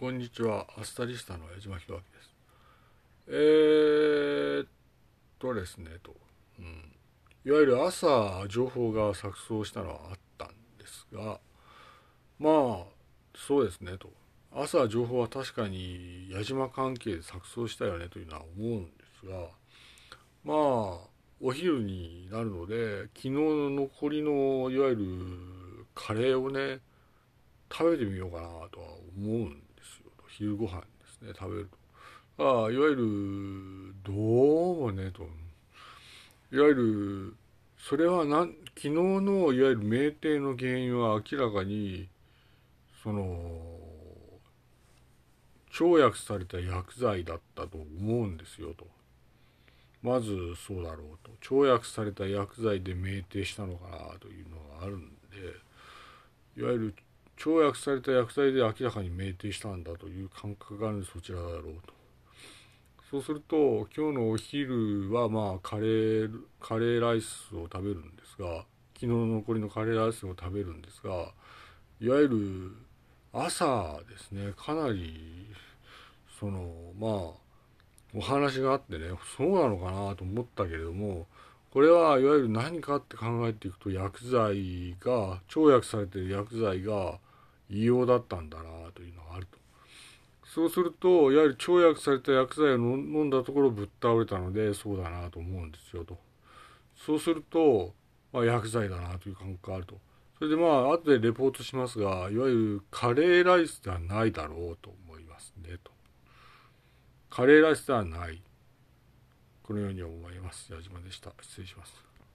こんにちは。アスタリスタの矢島弘明です。ですね、うん。いわゆる朝情報が錯綜したのはあったんですが、まあ、そうですね、朝情報は確かに矢島関係で錯綜したよねというのは思うんですが、まあ、お昼になるので、昨日の残りのいわゆるカレーをね、食べてみようかなとは思うんですよ。昼ご飯ですね、食べると。いわゆる、どうもね、いわゆる、それは昨日のいわゆる酩酊の原因は明らかに、その、投薬された薬剤だったと思うんですよと。まずそうだろうと。投薬された薬剤で酩酊したのかなというのがあるんで、いわゆる投薬された薬剤で明らかに酩酊したんだという感覚があるのでそちらだろうと。そうすると今日のお昼はまあカレーライスを食べるんですが、昨日の残りのカレーライスを食べるんですが、いわゆる朝ですね、かなりそのまあお話があってね、そうなのかなと思ったけれども、これはいわゆる何かって考えていくと、投薬されている薬剤が異様だったんだなというのがあると。そうすると、いわゆる投薬された薬剤を飲んだところぶっ倒れたので、そうだなと思うんですよと。そうすると、薬剤だなという感覚があると。それで後でレポートしますが、いわゆるカレーライスではないだろうと思いますねと。カレーライスではない。このように思います。矢島でした。失礼します。